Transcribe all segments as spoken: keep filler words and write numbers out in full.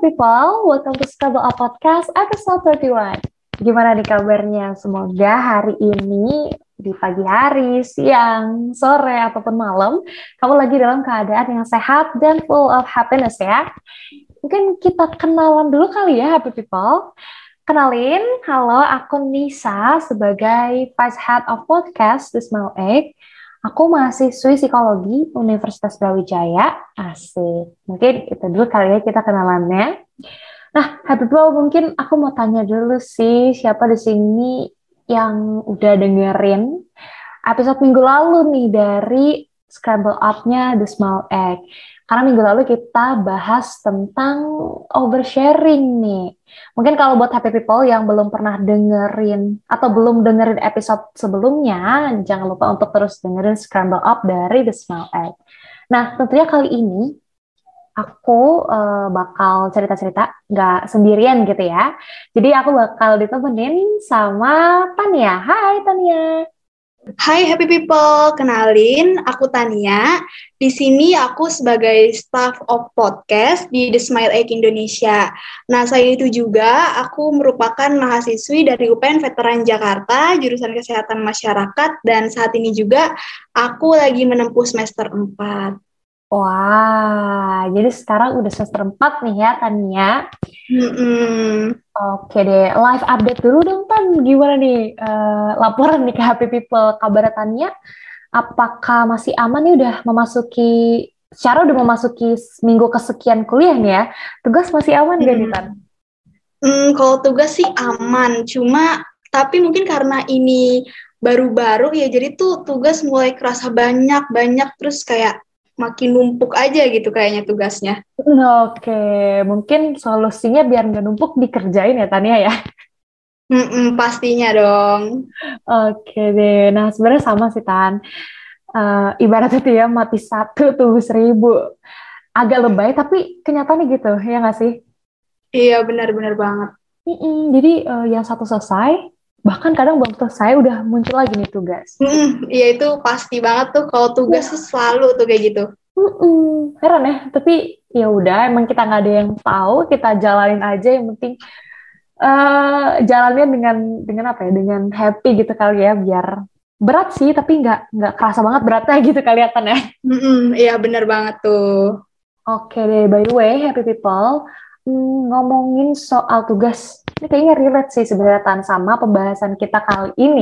people, welcome to Scrabble Up Podcast episode tiga puluh satu. Gimana nih kabarnya? Semoga hari ini di pagi hari, siang, sore, ataupun malam, kamu lagi dalam keadaan yang sehat dan full of happiness ya. Mungkin kita kenalan dulu kali ya, happy people. Kenalin, halo, aku Nisa sebagai Vice Head of Podcast The Smile Egg. Aku mahasiswi psikologi Universitas Brawijaya. Asik. Mungkin itu dulu kali ya kita kenalannya. Nah, Happy People, mungkin aku mau tanya dulu sih, siapa di sini yang udah dengerin episode minggu lalu nih dari Scramble Up-nya The Small Egg. Karena minggu lalu kita bahas tentang oversharing nih. Mungkin kalau buat happy people yang belum pernah dengerin atau belum dengerin episode sebelumnya, jangan lupa untuk terus dengerin Scramble Up dari The Small Egg. Nah, tentunya kali ini aku uh, bakal cerita-cerita nggak sendirian gitu ya. Jadi aku bakal ditemenin sama Tania. Hai Tania. Hai happy people, kenalin aku Tania. Di sini aku sebagai staff of podcast di The Smile Egg Indonesia. Nah, selain itu juga aku merupakan mahasiswi dari U P N Veteran Jakarta, jurusan Kesehatan Masyarakat, dan saat ini juga aku lagi menempuh semester empat. Wah, jadi sekarang udah semester empat nih ya Tania. Mm-mm. Oke deh, live update dulu dong Tan, gimana nih uh, laporan nih ke Happy People, kabar Tania, apakah masih aman nih udah memasuki, secara udah memasuki minggu kesekian kuliah nih ya, tugas masih aman gak nih Tan? Hmm, kalau tugas sih aman, cuma tapi mungkin karena ini baru-baru ya, jadi tuh tugas mulai kerasa banyak-banyak terus kayak makin numpuk aja gitu kayaknya tugasnya. Oke, mungkin solusinya biar nggak numpuk dikerjain ya Tania ya? Mm-mm, pastinya dong. Oke deh, nah sebenarnya sama sih Tan. Uh, ibaratnya tuh ya mati satu tuh seribu. Agak lebay tapi kenyataannya gitu, ya nggak sih? Iya benar-benar banget. Mm-mm, jadi uh, yang satu selesai, bahkan kadang belum selesai udah muncul lagi nih tugas. Mm, iya itu pasti banget tuh kalau tugas Ya. tuh selalu tuh kayak gitu. Mm-mm, heran ya, tapi ya udah emang kita nggak ada yang tahu, kita jalanin aja yang penting uh, jalannya dengan dengan apa ya, dengan happy gitu kali ya, biar berat sih tapi nggak nggak kerasa banget beratnya gitu kelihatan ya. Mm-mm, iya benar banget tuh. Oke deh, by the way, happy people, hmm, ngomongin soal tugas, ini kayaknya relate sih sebenarnya Tan sama pembahasan kita kali ini.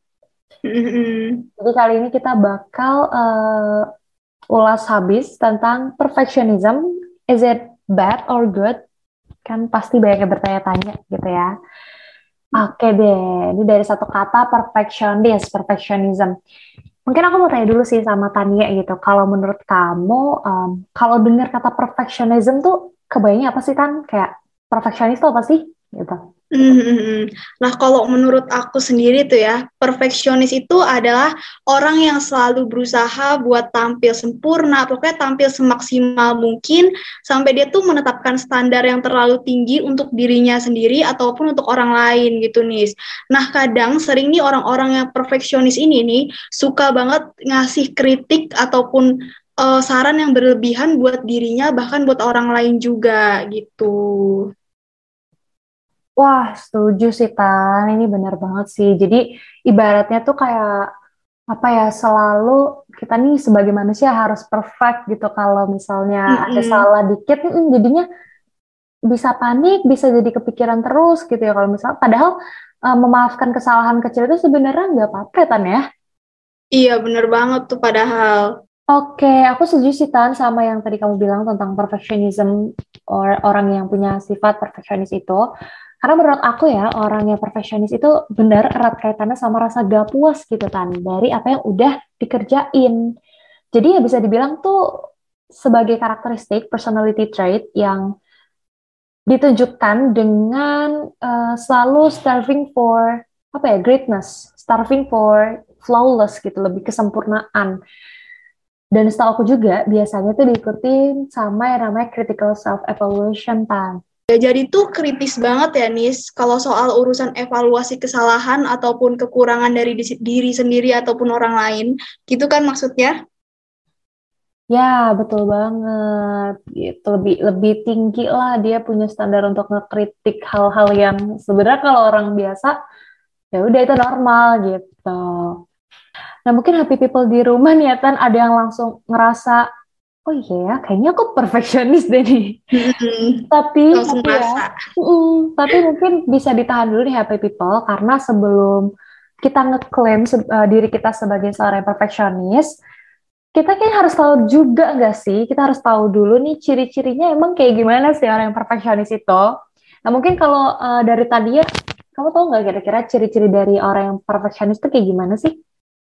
Mm-mm. Jadi kali ini kita bakal uh, ulas habis tentang perfectionism. Is it bad or good? Kan pasti banyak yang bertanya-tanya gitu ya. Oke deh, ini dari satu kata perfectionist, perfectionism. Mungkin aku mau tanya dulu sih sama Tania gitu. Kalau menurut kamu, um, kalau dengar kata perfectionism tuh kebayangnya apa sih Tan? Kayak perfectionist tuh apa sih? Gitu. Mm-mm. Nah, kalau menurut aku sendiri tuh ya, perfeksionis itu adalah orang yang selalu berusaha buat tampil sempurna, pokoknya tampil semaksimal mungkin, sampai dia tuh menetapkan standar yang terlalu tinggi untuk dirinya sendiri ataupun untuk orang lain gitu nih. Nah, kadang sering nih orang-orang yang perfeksionis ini nih, suka banget ngasih kritik ataupun uh, saran yang berlebihan buat dirinya, bahkan buat orang lain juga gitu. Wah, setuju sih Tan. Ini benar banget sih. Jadi ibaratnya tuh kayak apa ya, selalu kita nih sebagai manusia harus perfect gitu. Kalau misalnya ada Mm-mm. salah dikit, mm, jadinya bisa panik, bisa jadi kepikiran terus gitu ya. Kalau misalnya, padahal uh, memaafkan kesalahan kecil itu sebenarnya nggak apa-apa Tan ya. Iya, bener banget tuh padahal. Oke, aku setuju sih Tan sama yang tadi kamu bilang tentang perfectionism, or orang yang punya sifat perfeksionis itu. Karena menurut aku ya, orang yang perfeksionis itu benar erat kaitannya sama rasa gak puas gitu Tan, dari apa yang udah dikerjain. Jadi ya bisa dibilang tuh sebagai karakteristik personality trait yang ditunjukkan dengan uh, selalu starving for apa ya, greatness, starving for flawless gitu, lebih kesempurnaan. Dan setahu aku juga biasanya tuh diikutin sama yang namanya critical self-evaluation, Tan. Ya, jadi tuh kritis banget ya, Nis, kalau soal urusan evaluasi kesalahan ataupun kekurangan dari diri sendiri ataupun orang lain. Gitu kan maksudnya? Ya, betul banget. Gitu lebih lebih tinggi lah dia punya standar untuk ngekritik hal-hal yang sebenarnya kalau orang biasa ya udah itu normal gitu. Nah, mungkin happy people di rumah nih ya, Tan, ada yang langsung ngerasa, oh iya ya, kayaknya aku perfeksionis deh nih. Hmm, Tapi, langsung tapi ya, masa. mm, tapi mungkin bisa ditahan dulu nih happy people, karena sebelum kita ngeklaim se- eh, diri kita sebagai seorang perfeksionis, kita kayaknya harus tahu juga nggak sih? Kita harus tahu dulu nih ciri-cirinya emang kayak gimana sih orang yang perfeksionis itu. Nah, mungkin kalau eh, dari tadi ya, kamu tahu nggak kira-kira ciri-ciri dari orang yang perfeksionis itu kayak gimana sih?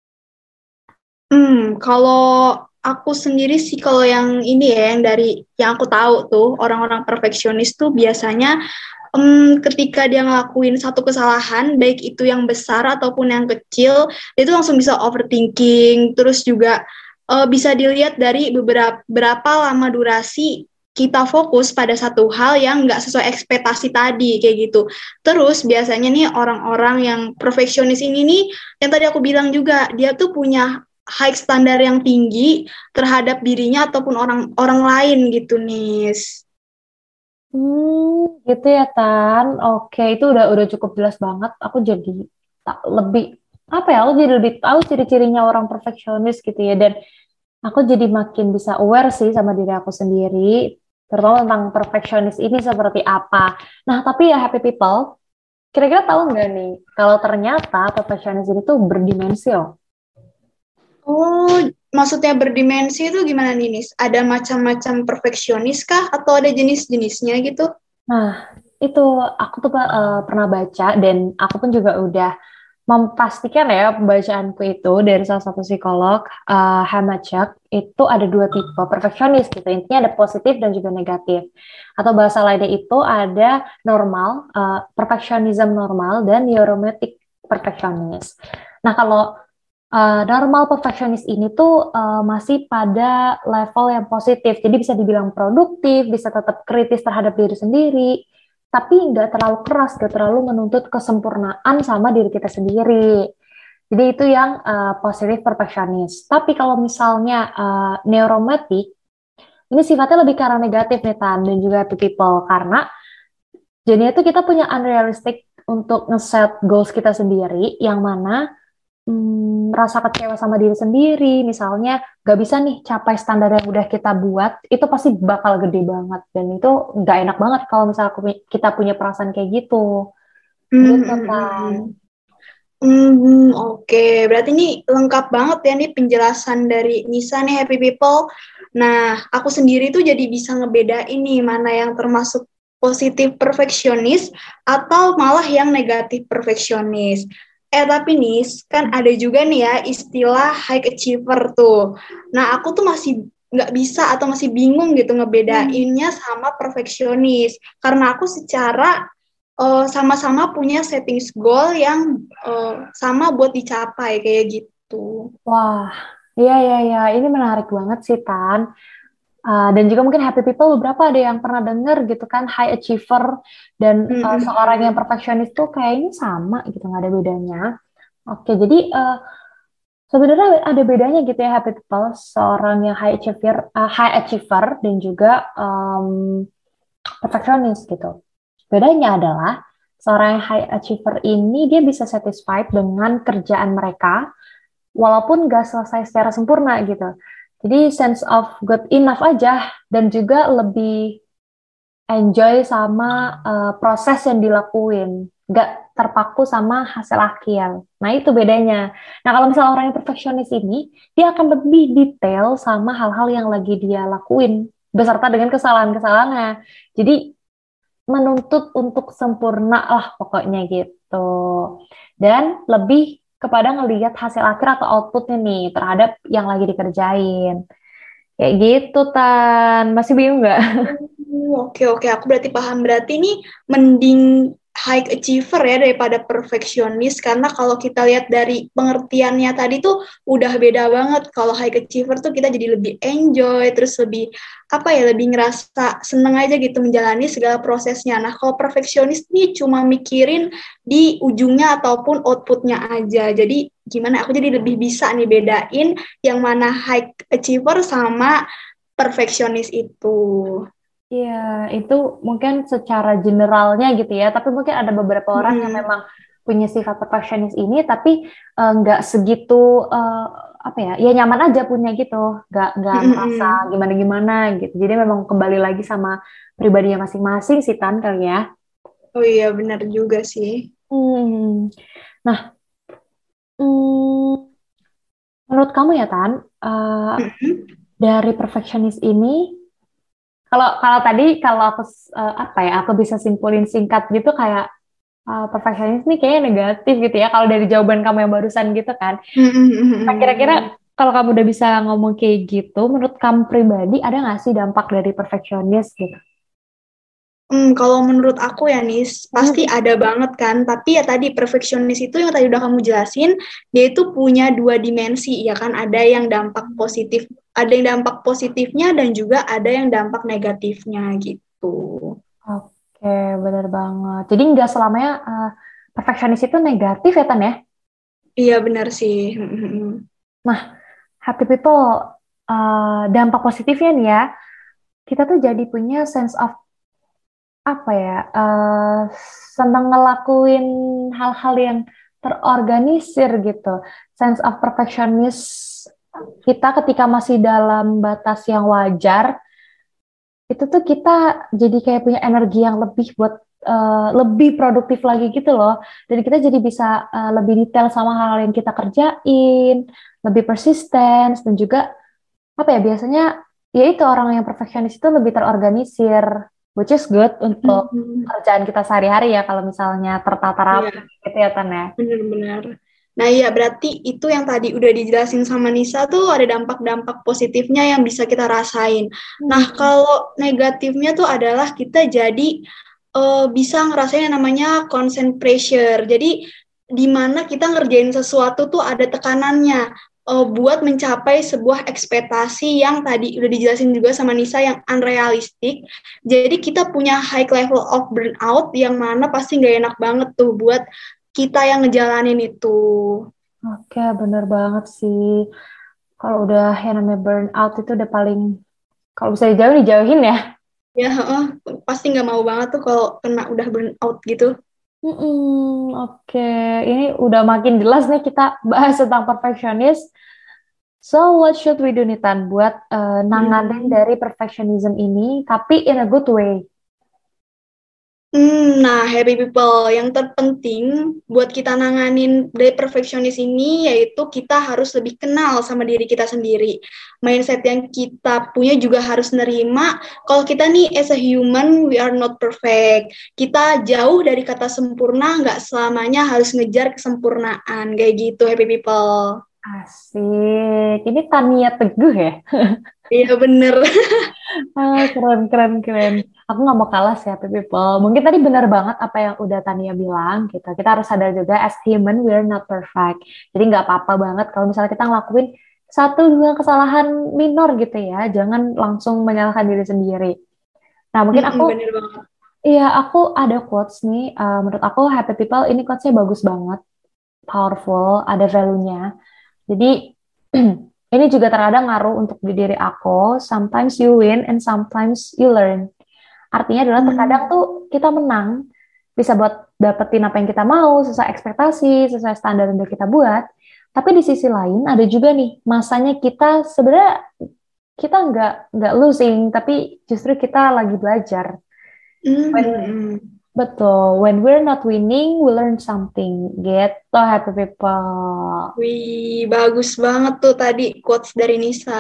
Hmm, kalau aku sendiri sih kalau yang ini ya, yang dari yang aku tahu tuh orang-orang perfeksionis tuh biasanya em, ketika dia ngelakuin satu kesalahan, baik itu yang besar ataupun yang kecil, dia itu langsung bisa overthinking, terus juga eh, bisa dilihat dari beberapa berapa lama durasi kita fokus pada satu hal yang nggak sesuai ekspektasi tadi, kayak gitu. Terus biasanya nih orang-orang yang perfeksionis ini nih, yang tadi aku bilang juga, dia tuh punya high standar yang tinggi terhadap dirinya ataupun orang orang lain gitu, Nis. Hmm, gitu ya Tan. Oke, itu udah udah cukup jelas banget. Aku jadi tak lebih apa ya? Aku jadi lebih tahu ciri-cirinya orang perfeksionis gitu ya. Dan aku jadi makin bisa aware sih sama diri aku sendiri, terutama tentang perfeksionis ini seperti apa. Nah, tapi ya happy people, kira-kira tahu nggak nih kalau ternyata perfeksionis ini tuh berdimensi loh. Oh, maksudnya berdimensi itu gimana nih, Nis? Ada macam-macam perfeksionis kah? Atau ada jenis-jenisnya gitu? Nah, itu aku tuh eh, pernah baca dan aku pun juga udah memastikan ya pembacaanku itu dari salah satu psikolog, uh, Hamachek, itu ada dua tipe perfeksionis gitu. Intinya ada positif dan juga negatif. Atau bahasa lainnya itu ada normal, uh, perfeksionisme normal dan neurotic perfeksionis. Nah, kalau uh, normal perfeksionis ini tuh uh, masih pada level yang positif. Jadi bisa dibilang produktif, bisa tetap kritis terhadap diri sendiri, tapi nggak terlalu keras, nggak terlalu menuntut kesempurnaan sama diri kita sendiri. Jadi itu yang uh, positif perfeksionis. Tapi kalau misalnya uh, neuromatic, ini sifatnya lebih ke arah negatif nih Tan, dan juga happy people. Karena jadinya itu kita punya unrealistic untuk nge-set goals kita sendiri, yang mana hmm, rasa kecewa sama diri sendiri, misalnya gak bisa nih capai standar yang udah kita buat, itu pasti bakal gede banget. Dan itu gak enak banget kalau misalnya kita punya perasaan kayak gitu. Hmm, Gitu, hmm, hmm, kan. hmm. Hmm, oke. Berarti ini lengkap banget ya nih penjelasan dari Nisa nih, Happy People. Nah, aku sendiri tuh jadi bisa ngebedain nih mana yang termasuk positif perfeksionis atau malah yang negatif perfeksionis. Eh, tapi nih, kan ada juga nih ya istilah high achiever tuh. Nah, aku tuh masih nggak bisa atau masih bingung gitu Hmm. ngebedainnya sama perfeksionis. Karena aku secara eh, sama-sama punya settings goal yang eh, sama buat dicapai kayak gitu. Wah, iya, iya, iya. Ini menarik banget sih, Tan. Uh, dan juga mungkin happy people beberapa ada yang pernah denger gitu kan, high achiever dan uh, seorang yang Mm-mm. perfeksionis tuh kayaknya sama gitu, nggak ada bedanya. Oke, jadi uh, sebenarnya ada bedanya gitu ya happy people, seorang yang high achiever, uh, high achiever dan juga um, perfeksionis gitu. Bedanya adalah seorang yang high achiever ini dia bisa satisfied dengan kerjaan mereka walaupun gak selesai secara sempurna gitu. Jadi sense of good enough aja dan juga lebih enjoy sama uh, proses yang dilakuin, gak terpaku sama hasil akhir. Nah itu bedanya. Nah kalau misalnya orang yang perfeksionis ini, dia akan lebih detail sama hal-hal yang lagi dia lakuin, beserta dengan kesalahan-kesalahannya. Jadi menuntut untuk sempurna lah pokoknya gitu. Dan lebih kepada ngelihat hasil akhir atau outputnya nih terhadap yang lagi dikerjain. Kayak gitu, Tan. Masih bingung nggak? Oh, oke oke, aku berarti paham. Berarti ini mending high achiever ya daripada perfeksionis, karena kalau kita lihat dari pengertiannya tadi tuh udah beda banget. Kalau high achiever tuh kita jadi lebih enjoy, terus lebih apa ya, lebih ngerasa seneng aja gitu menjalani segala prosesnya. Nah kalau perfeksionis nih cuma mikirin di ujungnya ataupun outputnya aja. Jadi gimana aku jadi lebih bisa nih bedain yang mana high achiever sama perfeksionis itu. Iya, itu mungkin secara generalnya gitu ya, tapi mungkin ada beberapa orang yang Mm-mm. memang punya sifat perfectionist ini, tapi eh, nggak segitu, eh, apa ya, ya nyaman aja punya gitu, nggak nggak merasa Mm-mm. gimana-gimana gitu. Jadi memang kembali lagi sama pribadinya masing-masing sih Tan kali ya. Oh iya benar juga sih. Hmm. Nah, hmm, menurut kamu ya Tan, eh, Mm-mm. dari perfectionist ini, kalau kalau tadi kalau aku eh, apa ya, aku bisa simpulin singkat gitu kayak uh, perfeksionis nih kayaknya negatif gitu ya kalau dari jawaban kamu yang barusan gitu kan. Nah, kira-kira Mm-mm. kalau kamu udah bisa ngomong kayak gitu, menurut kamu pribadi ada nggak sih dampak dari perfeksionis gitu? Hmm, kalau menurut aku ya Nis, pasti Hmm. ada banget kan. Tapi ya tadi perfeksionis itu yang tadi udah kamu jelasin, dia itu punya dua dimensi ya kan. Ada yang dampak positif, ada yang dampak positifnya dan juga ada yang dampak negatifnya gitu. Oke, bener banget. Jadi nggak selamanya uh, perfeksionis itu negatif ya, Tan ya? Iya benar sih. Mm-mm. Nah, happy people, uh, dampak positifnya nih ya, kita tuh jadi punya sense of apa ya, eh senang ngelakuin hal-hal yang terorganisir gitu. Sense of perfectionist kita ketika masih dalam batas yang wajar, itu tuh kita jadi kayak punya energi yang lebih buat eh, lebih produktif lagi gitu loh. Dan kita jadi bisa eh, lebih detail sama hal-hal yang kita kerjain, lebih persisten, dan juga apa ya, biasanya ya itu orang yang perfeksionis itu lebih terorganisir, which is good untuk Mm-mm. kerjaan kita sehari-hari ya kalau misalnya tertata rapi Iya. gitu ya Tan ya. Benar-benar. Nah, iya berarti itu yang tadi udah dijelasin sama Nisa tuh ada dampak-dampak positifnya yang bisa kita rasain. Nah, Hmm. kalau negatifnya tuh adalah kita jadi eh, bisa ngerasain yang namanya consent pressure. Jadi di mana kita ngerjain sesuatu tuh ada tekanannya eh, buat mencapai sebuah ekspektasi yang tadi udah dijelasin juga sama Nisa yang unrealistic. Jadi kita punya high level of burnout yang mana pasti nggak enak banget tuh buat kita yang ngejalanin itu. Oke, bener banget sih. Kalau udah yang namanya burnout itu udah paling, kalau bisa dijauhin, dijauhin ya. Ya, heeh, pasti nggak mau banget tuh kalau kena udah burnout gitu. Mm-mm, oke, ini udah makin jelas nih kita bahas tentang perfeksionis. So, what should we do nih Tan buat eh, nanganin Hmm. dari perfectionism ini, tapi in a good way? Hmm, nah, happy people, yang terpenting buat kita nanganin dari perfeksionis ini yaitu kita harus lebih kenal sama diri kita sendiri. Mindset yang kita punya juga harus nerima kalau kita nih as a human, we are not perfect. Kita jauh dari kata sempurna, nggak selamanya harus ngejar kesempurnaan. Kayak gitu, happy people. Asik, ini Tania Teguh ya? Iya, bener. Ah, keren, keren, keren. Aku nggak mau kalah sih, Happy People. Mungkin tadi benar banget apa yang udah Tania bilang gitu. Kita harus sadar juga, as human, we're not perfect. Jadi nggak apa-apa banget kalau misalnya kita ngelakuin satu dua kesalahan minor gitu ya. Jangan langsung menyalahkan diri sendiri. Nah, mungkin aku, Mm-mm, bener banget. iya aku ada quotes nih. Eh, menurut aku, Happy People ini quotesnya bagus banget, powerful, ada value-nya. Jadi ini juga terkadang ngaruh untuk di diri aku. Sometimes you win and sometimes you learn. Artinya adalah terkadang Hmm. tuh kita menang bisa buat dapetin apa yang kita mau, sesuai ekspektasi, sesuai standar yang udah kita buat. Tapi di sisi lain ada juga nih masanya kita sebenarnya kita nggak nggak losing, tapi justru kita lagi belajar. When, Mm-mm. betul, when we're not winning, we learn something. Gitu, happy people. Wih, bagus banget tuh tadi quotes dari Nisa.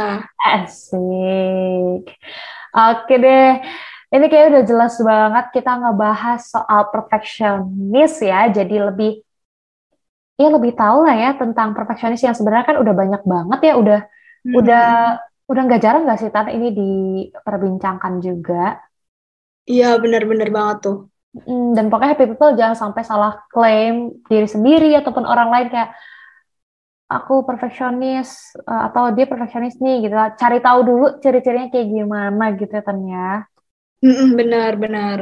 Asik. Oke deh. Ini kayak udah jelas banget kita ngebahas soal perfectionist ya. Jadi lebih ya lebih tahu lah ya tentang perfectionist yang sebenarnya kan udah banyak banget ya. Udah udah Mm-mm. udah nggak jarang nggak sih Tan ini diperbincangkan juga. Iya, benar-benar banget tuh. Mm, dan pokoknya happy people jangan sampai salah klaim diri sendiri ataupun orang lain kayak aku perfeksionis eh, atau dia perfeksionis nih gitu. Cari tahu dulu ciri-cirinya kayak gimana gitu ya Tan ya. Mm-mm, benar-benar.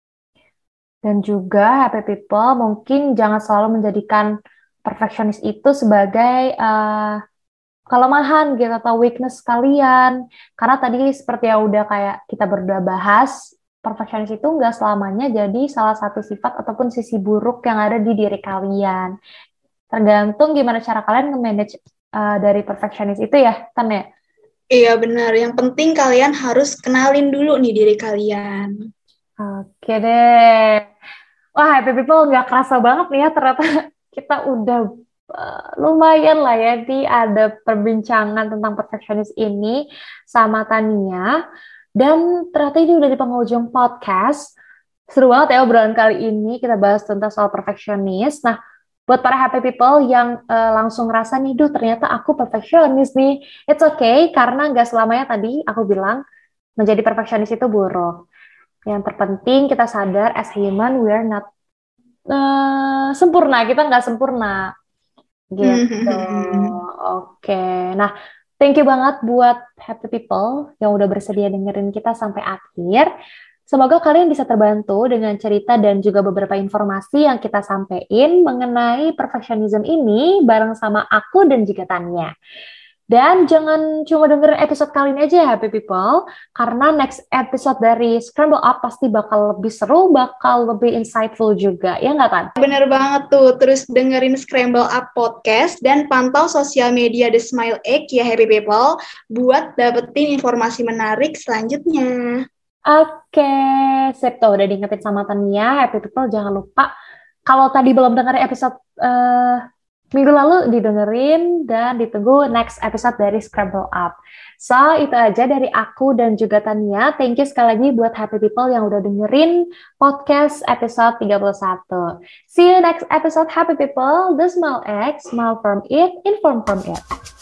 Dan juga happy people mungkin jangan selalu menjadikan perfeksionis itu sebagai eh, kelemahan gitu atau weakness kalian. Karena tadi seperti yang udah kayak kita berdua bahas, perfeksionis itu nggak selamanya jadi salah satu sifat ataupun sisi buruk yang ada di diri kalian. Tergantung gimana cara kalian nge-manage uh, dari perfeksionis itu ya, Tan ya? Iya benar, yang penting kalian harus kenalin dulu nih diri kalian. Oke deh. Wah, happy people nggak kerasa banget nih ya, ternyata kita udah uh, lumayan lah ya di ada perbincangan tentang perfeksionis ini sama Tania. Dan ternyata ini udah di penghujung podcast. Seru banget ya obrolan kali ini, kita bahas tentang soal perfeksionis. Nah, buat para happy people yang uh, langsung ngerasa nih, duh ternyata aku perfeksionis nih. It's okay, karena nggak selamanya tadi aku bilang menjadi perfeksionis itu buruk. Yang terpenting kita sadar as human we are not uh, sempurna, kita nggak sempurna gitu. Oke, nah thank you banget buat happy people yang udah bersedia dengerin kita sampai akhir. Semoga kalian bisa terbantu dengan cerita dan juga beberapa informasi yang kita sampaikan mengenai perfectionism ini bareng sama aku dan juga Tania. Dan jangan cuma dengerin episode kali ini aja ya, happy people, karena next episode dari Scramble Up pasti bakal lebih seru, bakal lebih insightful juga, ya nggak Tan? Bener banget tuh, terus dengerin Scramble Up Podcast dan pantau sosial media The Smile Egg ya happy people, buat dapetin informasi menarik selanjutnya. Oke, sip tuh udah diingetin sama Tania, happy people jangan lupa, kalau tadi belum dengerin episode uh, minggu lalu didengerin dan ditunggu next episode dari Scramble Up. So, itu aja dari aku dan juga Tania. Thank you sekali lagi buat happy people yang udah dengerin podcast episode tiga puluh satu. See you next episode happy people. The Smile X, smile from it, inform from it.